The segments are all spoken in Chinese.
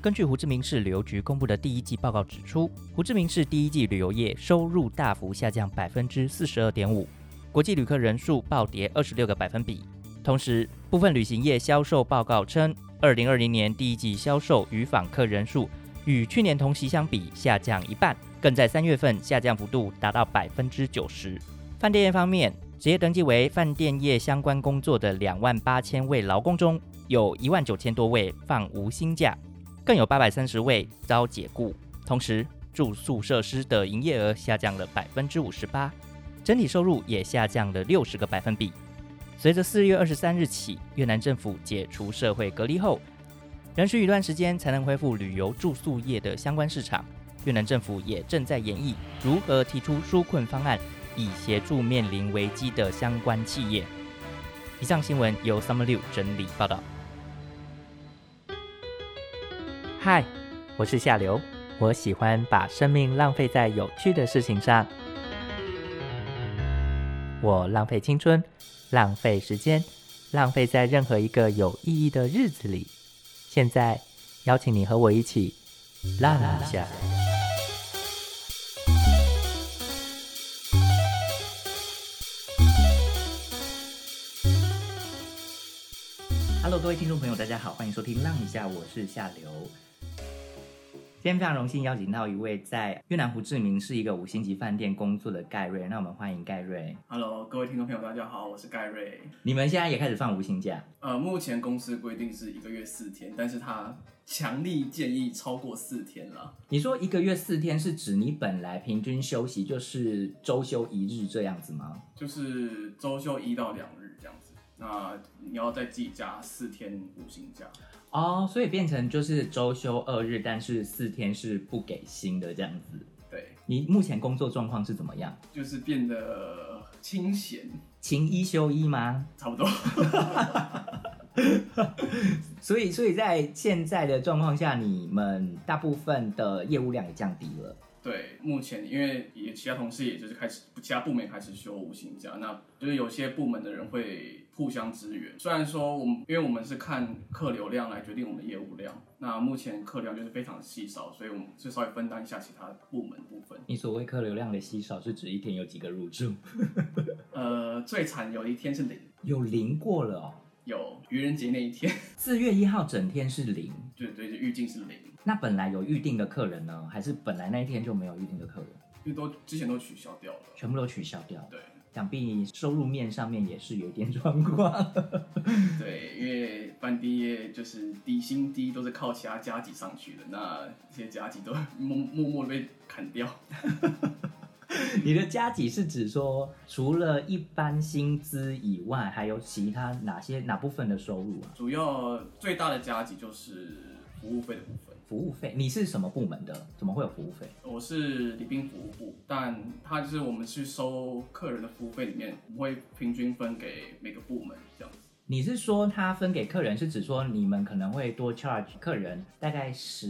根据胡志明市旅游局公布的第一季报告指出，胡志明市第一季旅游业收入大幅下降 42.5%， 国际旅客人数暴跌26个百分比。同时，部分旅行业销售报告称，2020年第一季销售与访客人数与去年同期相比下降一半，更在3月份下降幅度达到 90%。 饭店业方面，职业登记为饭店业相关工作的28000位劳工中，有19000多位放无薪假，更有830位遭解雇。同时，住宿设施的营业额下降了 58%， 整体收入也下降了60个百分比。随着4月23日起，越南政府解除社会隔离后，仍需一段时间才能恢复旅游住宿业的相关市场。越南政府也正在研议如何提出纾困方案，以协助面临危机的相关企业。以上新闻由 Summer Liu 整理报道。嗨，我是夏流，我喜欢把生命浪费在有趣的事情上。我浪费青春，浪费时间，浪费在任何一个有意义的日子里。现在邀请你和我一起浪一下。Hello， 各位听众朋友，大家好，欢迎收听浪一下，我是夏流。今天非常荣幸邀请到一位在越南胡志明市一个5星级饭店工作的盖瑞，那我们欢迎盖瑞。 Hello， 各位听众朋友，大家好，我是盖瑞。 你们现在也开始放无薪假？ 目前公司规定是1个月4天，但是他强力建议超过4天了。 你说1个月4天是指你本来平均休息就是周休1日这样子吗？ 就是周休1到2日这样子。那你要再自己加4天无薪假。 哦，所以变成就是周休2日，但是4天是不给薪的这样子。 对。 你目前工作状况是怎么样？ 就是变得清闲。 勤1休1吗？ 差不多。 所以在现在的状况下，你们大部分的业务量也降低了。 对，目前因为其他同事也就是其他部门开始休无薪假，那就是有些部门的人会互相支援。虽然说因为我们是看客流量来决定我们的业务量，那目前客流量就是非常稀少，所以我们是稍微分担一下其他部门部分。 你所谓客流量的稀少，是指一天有几个入住？ 最惨有一天是0， 有0过了哦。 有愚人节那一天 ，4月1号整天是0， 对，就预计是0。 那本来有预定的客人呢，还是本来那一天就没有预定的客人？ 因为之前都取消掉了， 全部都取消掉。 对， 想必收入面上面也是有一点状况。 对，因为饭店业就是底薪低，都是靠其他加级上去的，那这些加级都默默的被砍掉。 你的加级是指说，除了一般薪资以外，还有其他哪部分的收入啊？ 主要最大的加级就是服务费的部分。 服务费？你是什么部门的？怎么会有服务费？ 我是礼宾服务部，但它就是我们去收客人的服务费里面，我们会平均分给每个部门这样子。 你是说他分给客人，是指说你们可能会多 charge 客人大概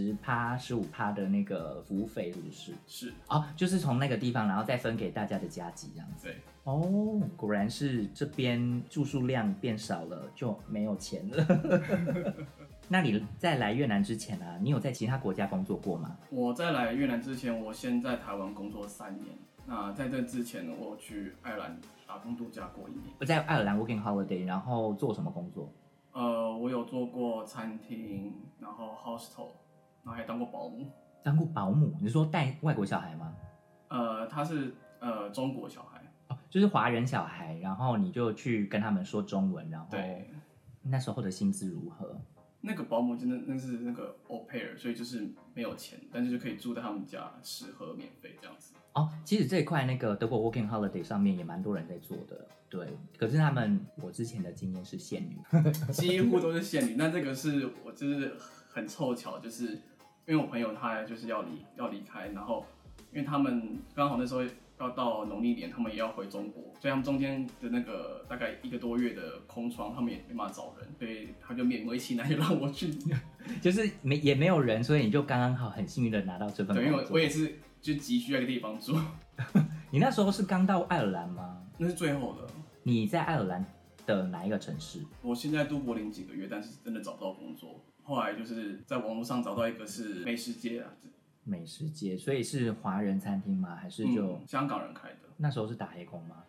10%、15%的那个服务费，是不是？ 是。 哦，就是从那个地方，然后再分给大家的加级这样子。 对。 哦，果然是这边住宿量变少了，就没有钱了。那你在来越南之前啊，你有在其他国家工作过吗？ 我在来越南之前，我先在台湾工作3年。那在这之前，我去爱尔兰打工度假过1年。 我在爱尔兰 working holiday， 然后做什么工作？ 我有做过餐厅，然后 hostel， 然后还当过保姆。 当过保姆？你说带外国小孩吗？ 他是中国小孩。 哦，就是华人小孩，然后你就去跟他们说中文，然后对。 那时候的薪资如何？ 那个保姆真的那是那个 au pair， 所以就是没有钱，但是就可以住在他们家，吃喝免费这样子。 哦，其实这一块那个德国 working holiday 上面也蛮多人在做的，对。可是我之前的经验是限女， 几乎都是限女。那这个是我就是很凑巧，就是因为我朋友他就是要离开，然后因为他们刚好那时候要到农历年，他们也要回中国，所以他们中间的那个大概1个多月的空窗，他们也没办法找人，所以他就勉为其难就让我去， 就是也没有人，所以你就刚刚好很幸运的拿到这份工作。 对，因为我也是就急需要一个地方住。 你那时候是刚到爱尔兰吗？ 那是最后的。 你在爱尔兰的哪一个城市？ 我现在都柏林几个月，但是真的找不到工作。后来就是在网络上找到一个是美食街啊， 美食街，所以是华人餐厅吗？还是就、 香港人开的？ 那时候是打黑工吗？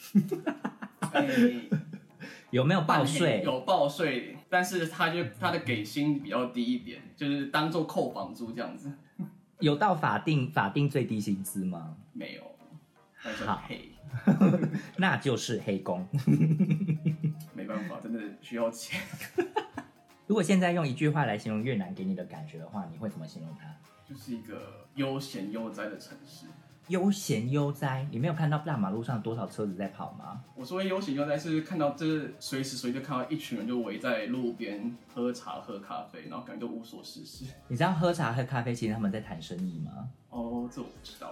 有没有报税？ 有报税，但是他的给薪比较低一点，就是当做扣房租这样子。 有到法定最低薪资吗？ 没有，那是黑， 那就是黑工。 没办法，真的需要钱。 如果现在用一句话来形容越南给你的感觉的话，你会怎么形容它？ 就是一个悠闲悠哉的城市。 悠闲悠哉，你没有看到大马路上多少车子在跑吗？ 我说悠闲悠哉是看到这随时随地看到一群人就围在路边喝茶喝咖啡，然后感觉都无所事事。 你知道喝茶喝咖啡其实他们在谈生意吗？ 哦，这我不知道。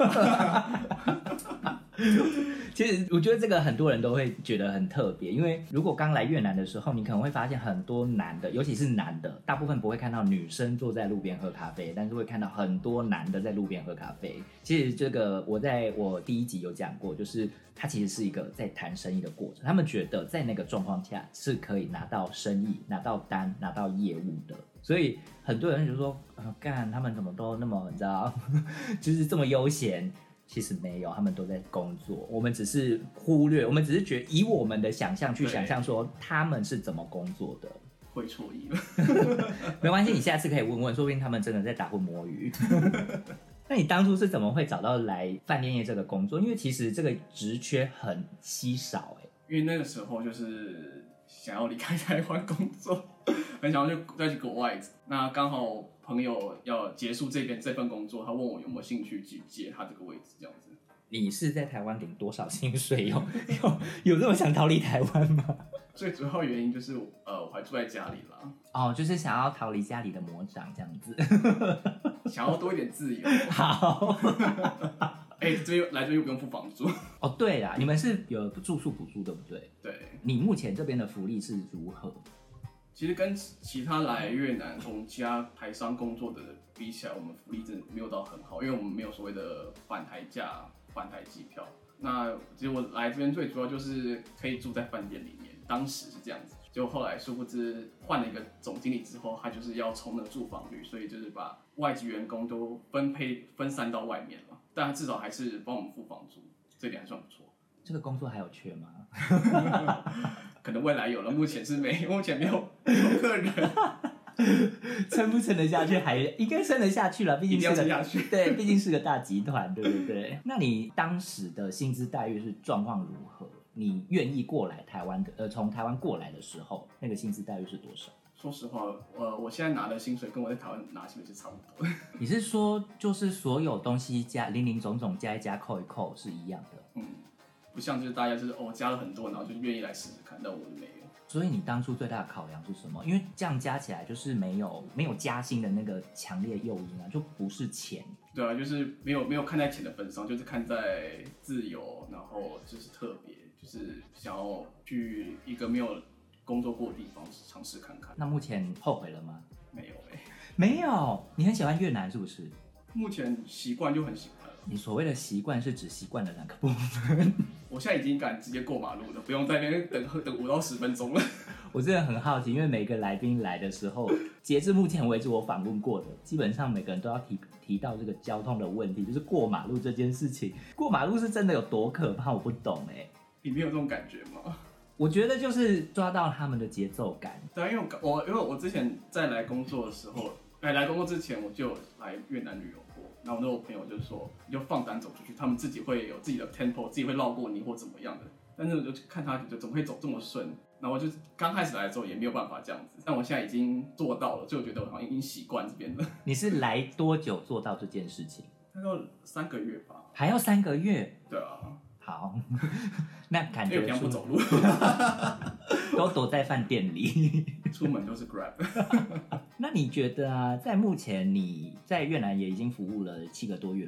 其实我觉得这个很多人都会觉得很特别，因为如果刚来越南的时候，你可能会发现很多男的，尤其是男的，大部分不会看到女生坐在路边喝咖啡，但是会看到很多男的在路边喝咖啡。其实这个我在我第一集有讲过，就是它其实是一个在谈生意的过程，他们觉得在那个状况下是可以拿到生意、拿到单、拿到业务的。所以很多人就说，干他们怎么都那么你知道，就是这么悠闲。其实没有，他们都在工作。我们只是忽略，我们只是觉得以我们的想象去想象说他们是怎么工作的。 会错意了。 没关系，你下次可以问问，说不定他们真的在打混摸鱼。那你当初是怎么会找到来饭店业这个工作？因为其实这个职缺很稀少因为那个时候就是想要离开台湾工作，很想要再去国外。那刚好朋友要结束这份工作，他问我有没有兴趣去接他这个位置，这样子。 你是在台湾领多少薪水？有这么想逃离台湾吗？ 最主要原因就是我还住在家里啦。 哦，就是想要逃离家里的魔掌这样子。 想要多一点自由。 好。 这边来这边又不用付房租。 哦，对啦，你们是有住宿补助对不对？ 对。 你目前这边的福利是如何？ 其实跟其他来越南同家台商工作的比起来，我们福利真的没有到很好，因为我们没有所谓的返台假、返台机票。那其实我来这边最主要就是可以住在饭店里面，当时是这样子。结果后来殊不知换了一个总经理之后，他就是要冲那个住房率，所以就是把外籍员工都分散到外面了。但他至少还是帮我们付房租，这点还算不错。 这个工作还有缺吗？ 可能未来有了，目前没有客人。 撑不撑得下去？还应该撑得下去了，毕竟是撑下去。 对，毕竟是个大集团，对不对？那你当时的薪资待遇是状况如何？你愿意过来台湾的？从台湾过来的时候，那个薪资待遇是多少？ 说实话，我现在拿的薪水跟我在台湾拿的薪水是差不多。 你是说，就是所有东西加零零总总加一加扣一扣是一样的？ 不像就是大家就是加了很多，然后就愿意来试试看，但我就没有。 所以你当初最大的考量是什么？因为这样加起来就是没有加薪的那个强烈诱因啊，就不是钱。 对啊，就是没有看在钱的份上，就是看在自由，然后就是特别，就是想要去一个没有工作过的地方尝试看看。 那目前后悔了吗？ 没有没有。你很喜欢越南是不是？ 目前习惯就很喜欢了。 你所谓的习惯是指习惯了哪个部分？ 我现在已经敢直接过马路了，不用在那边等5到10分钟了。 我真的很好奇，因为每个来宾来的时候，截至目前为止我访问过的，基本上每个人都要提到这个交通的问题，就是过马路这件事情。过马路是真的有多可怕，我不懂你没有这种感觉吗？ 我觉得就是抓到他们的节奏感。 对啊，因为我之前在来工作的时候，来工作之前我就有来越南旅游过，然后我那个朋友就说，你就放胆走出去，他们自己会有自己的 tempo， 自己会绕过你或怎么样的。但是我就看他就怎么会走这么顺，然后我就刚开始来的时候也没有办法这样子，但我现在已经做到了，所以我觉得我好像已经习惯这边了。 你是来多久做到这件事情？ 大概3个月吧。 还要3个月？ 对啊。 好，那感觉因为平常不走路， 都躲在饭店里， 出门就是 Grab。 那你觉得啊，在目前你在越南也已经服务了7个多月了嘛？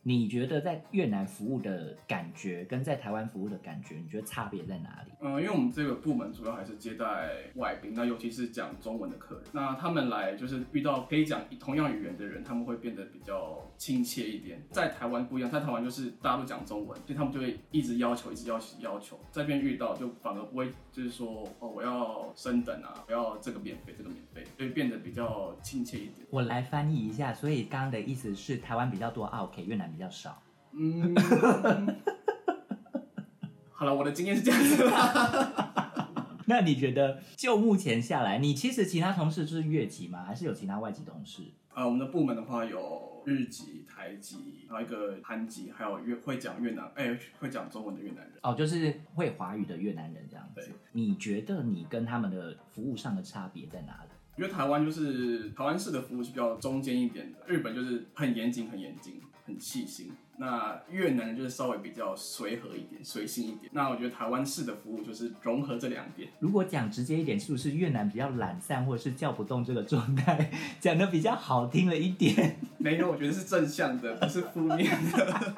你觉得在越南服务的感觉跟在台湾服务的感觉，你觉得差别在哪里？ 因为我们这个部门主要还是接待外宾，那尤其是讲中文的客人，那他们来就是遇到可以讲同样语言的人，他们会变得比较亲切一点。在台湾不一样，在台湾就是大家都讲中文，所以他们就会一直要求，一直要求，在这边遇到就反而不会就是说我要升等啊，我要这个免费，这个免费，所以变得比较亲切一点。 我来翻译一下，所以刚刚的意思是台湾比较多OK，越南比较少。 好了，我的经验是这样子。 那你觉得就目前下来，你其实其他同事是越籍吗？还是有其他外籍同事？ 我们的部门的话有日籍、台籍，然后一个韩籍，还有会讲越南，会讲中文的越南人。 哦，就是会华语的越南人这样子。 对， 你觉得你跟他们的服务上的差别在哪里？ 因为台湾式的服务是比较中间一点的，日本就是很严谨、很细心。那越南人就是稍微比较随和一点、随性一点。那我觉得台湾式的服务就是融合这两点。 如果讲直接一点，是不是越南比较懒散，或者是叫不动这个状态，讲的比较好听了一点？ 没有，我觉得是正向的，不是负面的。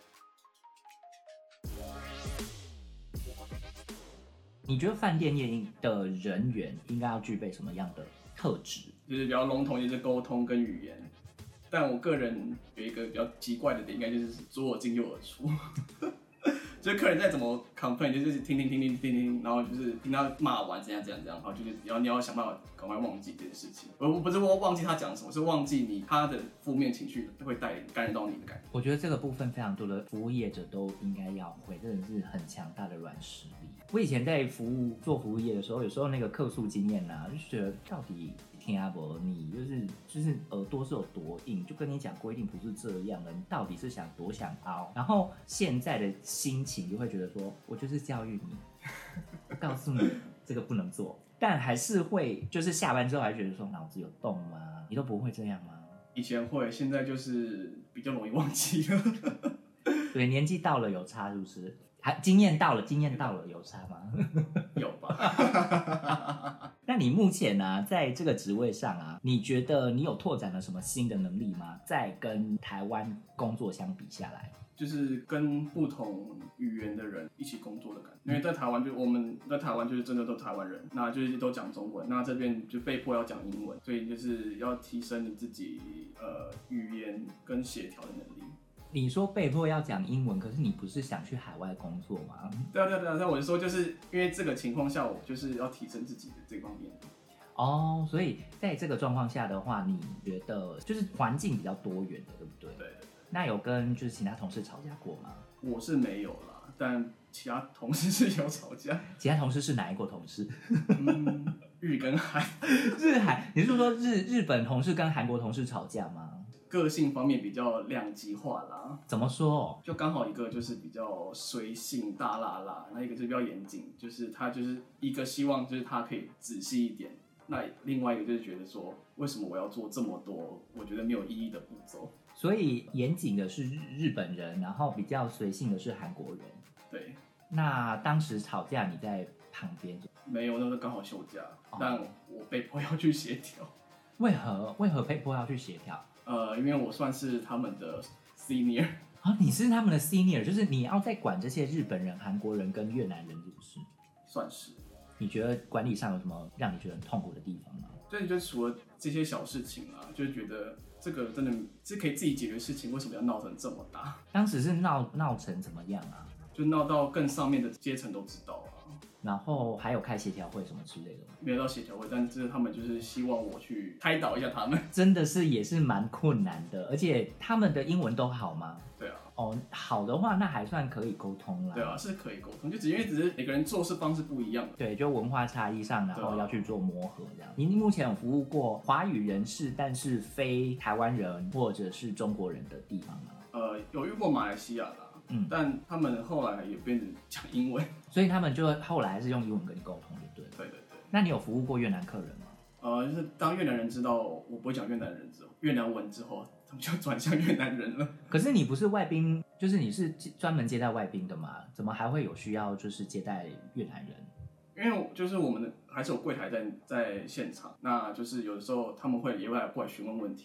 你觉得饭店业的人员应该要具备什么样的特质？ 就是比较笼统，就是沟通跟语言。但我个人有一个比较奇怪的点，应该就是左耳进右耳出。就是客人再怎么 complain， 就是听，然后就是听他骂完怎样，然后就是你要想办法赶快忘记这件事情。不是忘记他讲什么，是忘记他的负面情绪会感染到你的感觉。 我觉得这个部分非常多的服务业者都应该要会，真的是很强大的软实力。我以前在做服务业的时候，有时候那个客诉经验啊，就觉得到底听阿伯你就是耳朵是有多硬，就跟你讲规定不是这样的，你到底是多想凹？然后现在的心情就会觉得说，我就是教育你，我告诉你这个不能做，但还是会就是下班之后还觉得说脑子有洞吗？你都不会这样吗？ 以前会，现在就是比较容易忘记了。 对，年纪到了有差是不是？经验到了有差吗？ 有吧。 那你目前呢，在这个职位上啊，你觉得你有拓展了什么新的能力吗？在跟台湾工作相比下来， 就是跟不同语言的人一起工作的感觉。因为在台湾，我们在台湾就是真的都台湾人，那就是都讲中文，那这边就被迫要讲英文，所以就是要提升你自己语言跟协调的能力。 你说被迫要讲英文，可是你不是想去海外工作吗？ 对啊，那我就说，就是因为这个情况下，我就是要提升自己的这方面。 哦，所以在这个状况下的话，你觉得就是环境比较多元的，对不对？ 对。 那有跟就是其他同事吵架过吗？ 我是没有啦，但其他同事是有吵架。 其他同事是哪一国同事？ 日跟韩。 日韩，你是说日本同事跟韩国同事吵架吗？ 个性方面比较两极化啦。 怎么说？ 就刚好一个就是比较随性大辣辣，那一个就比较严谨，就是他就是一个希望就是他可以仔细一点，那另外一个就是觉得说为什么我要做这么多我觉得没有意义的步骤。 所以严谨的是日本人，然后比较随性的是韩国人。 对。 那当时吵架你在旁边？ 没有，那时候刚好休假，但我被迫要去协调。 为何被迫要去协调？ 因为我算是他们的 senior。 你是他们的 senior， 就是你要在管这些日本人、韩国人跟越南人，是不是？ 算是。 你觉得管理上有什么让你觉得很痛苦的地方吗？ 就除了这些小事情啊，就觉得这个真的是可以自己解决的事情，为什么要闹成这么大？ 当时是闹成怎么样啊？ 就闹到更上面的阶层都知道啊。 然后还有开协调会什么之类的吗？ 没有到协调会，但是他们就是希望我去开导一下他们。 真的是也是蛮困难的，而且他们的英文都好吗？ 对啊。 好的话那还算可以沟通啦。 对啊，是可以沟通，就因为只是每个人做事方式不一样。 对，就文化差异上，然后要去做磨合这样。你目前有服务过华语人士，但是非台湾人或者是中国人的地方吗？ 有遇过马来西亚的。但他们后来也变成讲英文， 所以他们就后来还是用英文跟你沟通，就对了。 对。 那你有服务过越南客人吗？ 就是当越南人知道我不会讲越南文之后，他们就转向越南人了。 可是你不是外宾，就是你是专门接待外宾的嘛？怎么还会有需要就是接待越南人？ 因为就是我们还是有柜台在现场，那就是有的时候他们也会过来询问问题。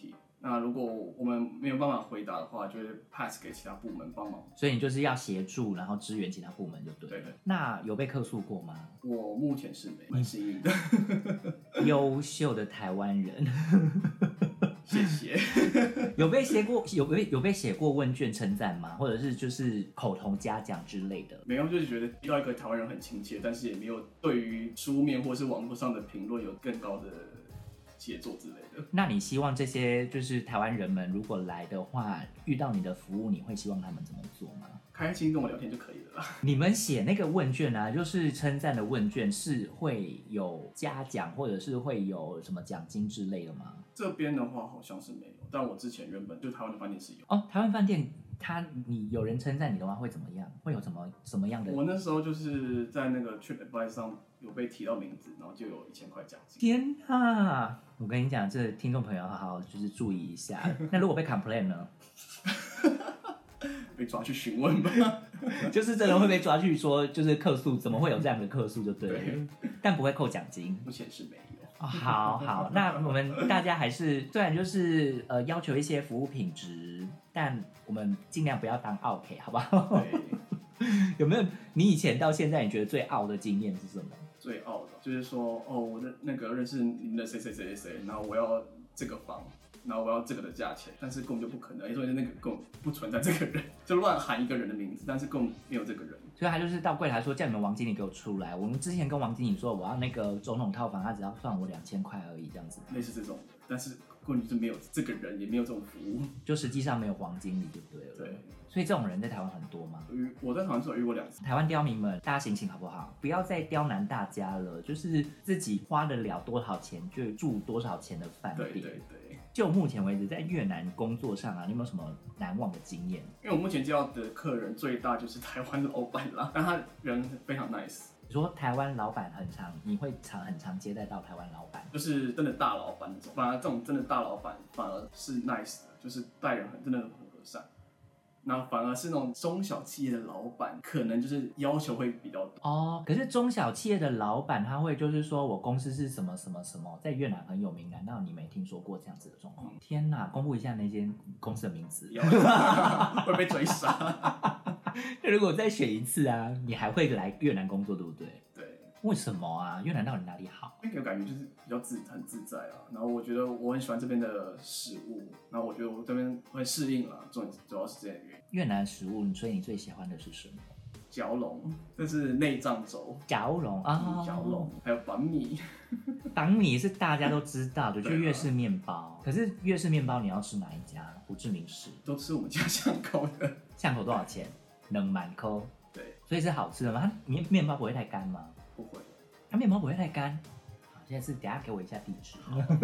那如果我们没有办法回答的话，就会 pass 给其他部门帮忙。 所以你就是要协助，然后支援其他部门就对了。 对。 那有被客诉过吗？ 我目前是蛮幸运的。 优秀的台湾人。 谢谢。 有被写过问卷称赞吗？或者是就是口头嘉奖之类的？ 没有，就是觉得遇到一个台湾人很亲切，但是也没有对于书面或是网络上的评论有更高的协作之类的。 那你希望这些就是台湾人们如果来的话，遇到你的服务，你会希望他们怎么做吗？ 开心跟我聊天就可以了啦。 你们写那个问卷啊，就是称赞的问卷，是会有嘉奖或者是会有什么奖金之类的吗？ 这边的话好像是没有，但我之前原本就台湾的饭店是有。 哦，台湾饭店你有人称赞你的话会怎么样？会有什么样的？ 我那时候就是在那个 TripAdvisor 上有被提到名字，然后就有1000块奖金。 天啊！我跟你讲，这听众朋友好好就是注意一下。那如果被 complain 呢？ 被抓去询问吧。 就是真的会被抓去说，就是客诉，怎么会有这样的客诉就对了。 对， 但不会扣奖金。 目前是没有。 好，那我们大家还是虽然就是要求一些服务品质，但我们尽量不要当 OK， 好不好？ 对。 有没有你以前到现在你觉得最傲的经验是什么？ 最傲的就是说，我的那个认识您的谁，然后我要这个房，然后我要这个的价钱，但是根本就不可能，因为那个根本不存在这个人，就乱喊一个人的名字，但是根本没有这个人。 所以他就是到柜台说叫你们王经理给我出来。我们之前跟王经理说我要那个总统套房，他只要算我2000块而已，这样子。 类似这种的，但是根本就是没有这个人，也没有这种服务， 就实际上没有王经理就对了。 对。 所以这种人在台湾很多吗？ 我在台湾至少遇过2次。 台湾刁民们，大家醒醒好不好？不要再刁难大家了，就是自己花得了多少钱就住多少钱的饭店。 对。 就目前为止，在越南工作上啊，你有没有什么难忘的经验？ 因为我目前接到的客人最大就是台湾老板啦，但他人非常 nice。 你说台湾老板你会很常接待到台湾老板， 就是真的大老板那种。反而这种真的大老板反而是 nice 的，就是待人真的很和善。那反而是那种中小企业的老板，可能就是要求会比较多哦。可是中小企业的老板他会就是说我公司是什么，在越南很有名，难道你没听说过这样子的状况？天哪，公布一下那间公司的名字， 会被追杀。 如果再选一次啊，你还会来越南工作，对不对？ 对。 为什么啊？越南到底哪里好？ 那个感觉就是比较很自在啊。然后我觉得我很喜欢这边的食物，然后我觉得我这边会适应啦，主要是这样的原因。 越南食物，所以你最喜欢的是什么？ 蛟龙，这是内脏粥。 蛟龙啊， 蛟龙，还有板米。 板米是大家都知道的，就粤式面包。可是粤式面包你要吃哪一家？胡志明市。 都吃我们家巷口的。 巷口多少钱？2万块。 对。 所以是好吃的吗？它面包不会太干吗？ 不会。 它面包不会太干。好，现在是等一下给我一下地址。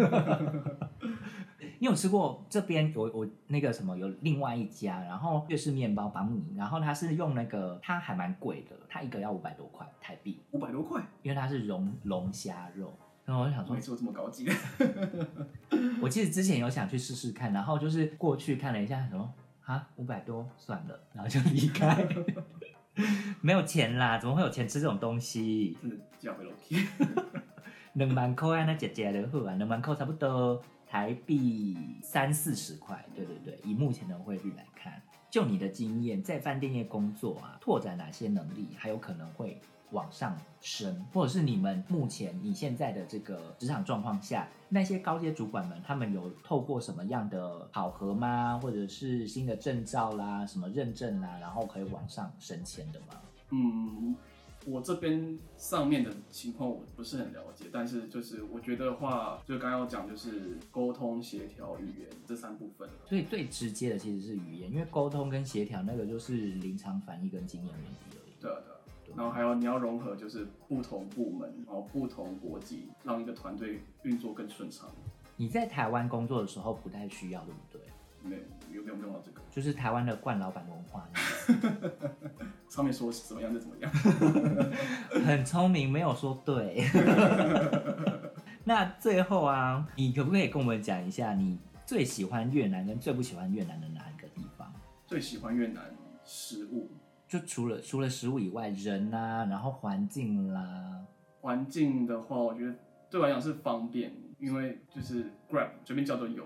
你有吃过这边我那个什么有另外一家，然后粤式面包板米，然后它是用那个它还蛮贵的，它一个要500多块台币。 500多块？ 因为它是龙虾肉。然后我就想说， 没吃过这么高级的。 我其实之前有想去试试看，然后就是过去看了一下，说500多算了，然后就离开。没有钱啦，怎么会有钱吃这种东西？ 真的价回楼梯。 2万块那姐姐的好啊，2万块差不多台币30-40块，对，以目前的汇率来看，就你的经验，在饭店业工作啊，拓展哪些能力，还有可能会往上升，或者是你现在的这个职场状况下，那些高阶主管们，他们有透过什么样的考核吗？或者是新的证照啦、什么认证啦，然后可以往上升迁的吗？ 我这边上面的情况我不是很了解，但是就是我觉得的话，就刚刚有讲就是沟通、协调、语言这3部分。 所以最直接的其实是语言，因为沟通跟协调那个就是临场反应跟经验问题而已。 对。然后还有你要融合就是不同部门，然后不同国籍，让一个团队运作更顺畅。 你在台湾工作的时候不太需要，对不对？ 没有用到这个， 就是台湾的惯老板文化。 上面说怎么样就怎么样。 很聪明，没有说对。那最后啊，你可不可以跟我们讲一下你最喜欢越南跟最不喜欢越南的哪一个地方？ 最喜欢越南食物。 就除了食物以外，人啊，然后环境啦。 环境的话，我觉得对我来讲是方便，因为就是 Grab 随便叫都有，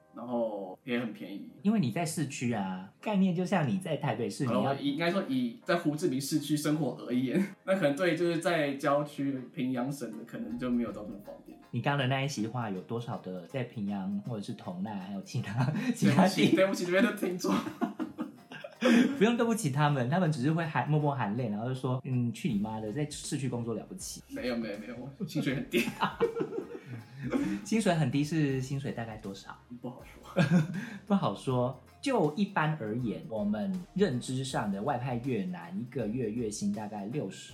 然后也很便宜。 因为你在市区啊，概念就像你在台北市，你要应该说以在胡志明市区生活而言，那可能对就是在郊区平阳省的可能就没有到这么方便。 你刚刚的那一席话有多少的在平阳或者是同奈还有其他地？ 对不起这边的听众。 不用对不起他们，他们只是会默默含泪，然后就说去你妈的，在市区工作了不起。 没有，薪水很低。 薪水很低是薪水大概多少？ 不好说。 不好说。就一般而言，我们认知上的外派越南一个月月薪大概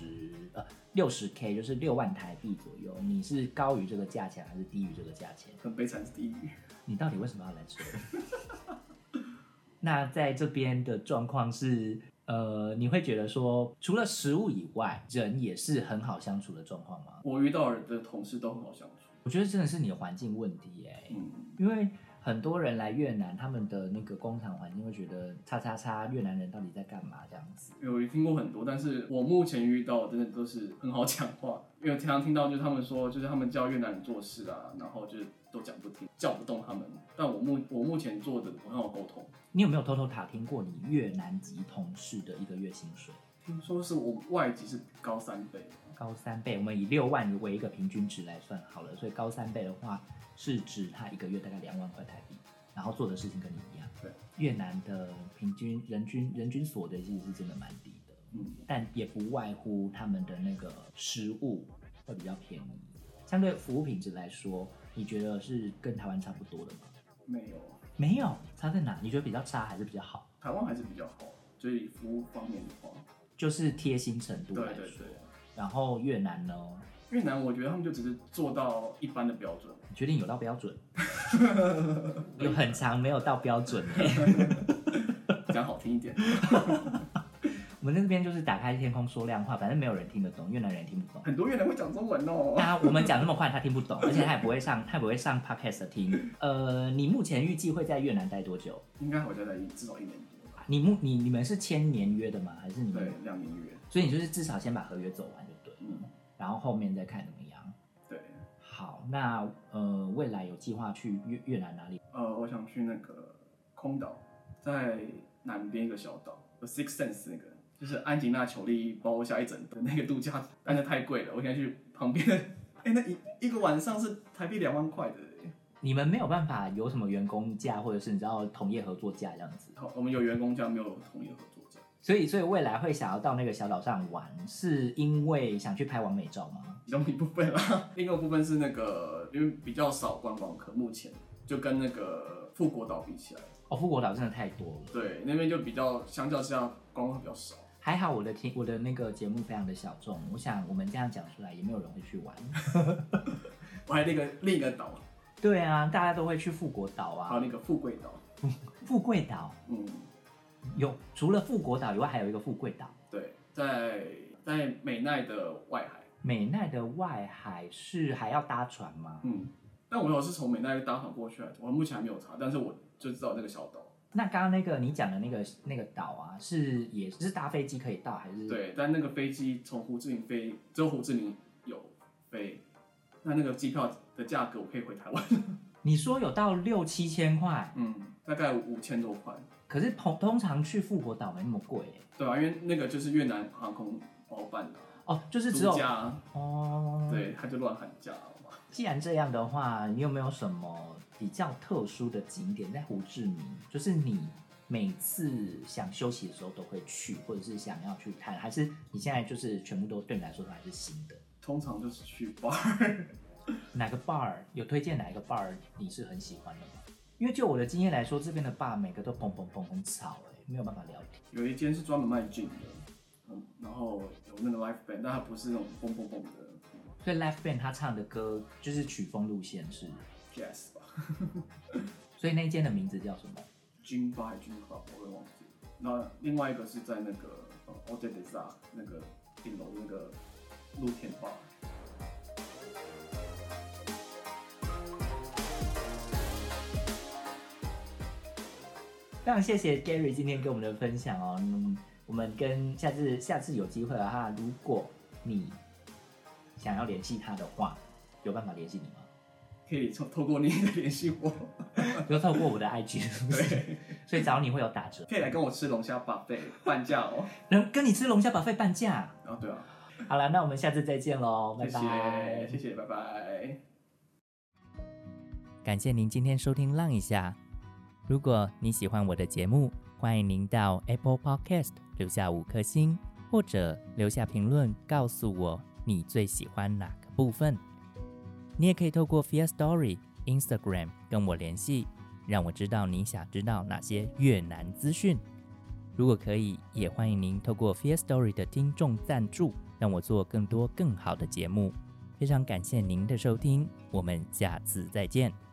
60K， 就是6万台币左右。你是高于这个价钱还是低于这个价钱？ 很悲惨是低于。 你到底为什么要来这？那在这边的状况是，你会觉得说，除了食物以外，人也是很好相处的状况吗？ 我遇到的同事都很好相处。 我觉得真的是你的环境问题耶。因为很多人来越南，他们的那个工厂环境会觉得越南人到底在干嘛这样子。 有听过很多，但是我目前遇到的真的都是很好讲话，因为经常听到就是他们说，就是他们叫越南人做事啊，然后就是都讲不听，叫不动他们。但我目前做的我很好沟通。 你有没有偷偷打听过你越南籍同事的一个月薪水？ 听说是我外籍是高3倍。 高3倍，我们以6万为一个平均值来算好了，所以高3倍的话是指他一个月大概2万块台币，然后做的事情跟你一样。 对， 越南的平均人均所得其实是真的蛮低的，但也不外乎他们的那个食物会比较便宜，相对服务品质来说，你觉得是跟台湾差不多的吗？ 没有， 差在哪？你觉得比较差还是比较好？ 台湾还是比较好，所以服务方面的话， 就是贴心程度来说。 对。 然后越南呢？ 越南我觉得他们就只是做到一般的标准。 你决定有到标准？有很长没有到标准讲好听一点。 我们在这边就是打开天空说亮话，反正没有人听得懂，越南人也听不懂。 很多越南会讲中文哦。 我们讲那么快，他听不懂，而且他也不会上 podcast 听。你目前预计会在越南待多久？ 应该会待至少1年多吧。 你们是签年约的吗？还是你们？ 对，2年约。 所以你就是至少先把合约走完就对了，然后后面再看怎么样。 对。 好，那未来有计划去越南哪里？ 我想去那个空岛，在南边一个小岛，有 Six Sense 那个，就是安吉娜裘丽包下一整的那个度假，但是太贵了，我现在去旁边，那一个晚上是台币2万块的。 你们没有办法有什么员工假，或者是你知道同业合作假这样子？ 我们有员工假，没有同业合作假。 所以未来会想要到那个小岛上玩，是因为想去拍完美照吗？ 其中一部分啦，另外一部分是那个，因为比较少观光客，目前就跟那个富国岛比起来， 富国岛真的太多了。 对，那边就比较相较之下观光客比较少。 还好我的那个节目非常的小众，我想我们这样讲出来也没有人会去玩。 我还另一个岛。 对啊，大家都会去富国岛啊， 还有那个富贵岛。 富贵岛，除了富国岛以外，还有一个富贵岛。 对，在美奈的外海。 美奈的外海是还要搭船吗？ 但我是从美奈搭船过去的，我目前还没有查，但是我就知道那个小岛。 那刚刚那个你讲的那个岛啊，也是搭飞机可以到还是？ 对，但那个飞机从胡志明飞，只有胡志明有飞。那个机票的价格我可以回台湾。 你说有到6-7千块？ 大概5000多块。 可是通常去富国岛没那么贵耶。 对啊，因为那个就是越南航空包办的。 就是只有独家。对，他就乱喊价。 既然这样的话，你有没有什么比较特殊的景点在胡志明？就是你每次想休息的时候都会去，或者是想要去看，还是你现在就是全部都对你来说都还是新的？ 通常就是去 bar。 哪个 bar 有推荐哪一个 bar 你是很喜欢的吗？因为就我的经验来说，这边的 bar 每个都砰砰砰很吵，没有办法聊天。 有一间是专门卖 gin 的，然后有那个 live band， 但它不是那种砰砰砰的。 所以 live band 他唱的歌就是曲风路线是 jazz 吧。 所以那间的名字叫什么 ？Gin Bar Gin Club 我会忘记。那另外一个是在那个Odessa 那个顶楼那个露天 bar。 非常谢谢 Gary 今天跟我们的分享哦。我们跟下次有机会的话，如果你想要联系他的话，有办法联系你吗？ 可以透过你来联系我。 就透过我的 IG 是不是？ 对， 所以找你会有打折， 可以来跟我吃龙虾 buffet 半价哦。 跟你吃龙虾 buffet 半价。 啊，对啊， 好了，那我们下次再见喽，拜谢拜。 谢谢谢，拜拜。 感谢您今天收听浪一下。如果你喜欢我的节目，欢迎您到 Apple Podcast 留下5颗星，或者留下评论告诉我你最喜欢哪个部分。你也可以透过 Firstory、Instagram 跟我联系，让我知道你想知道哪些越南资讯。如果可以，也欢迎您透过 Firstory 的听众赞助，让我做更多更好的节目。非常感谢您的收听，我们下次再见。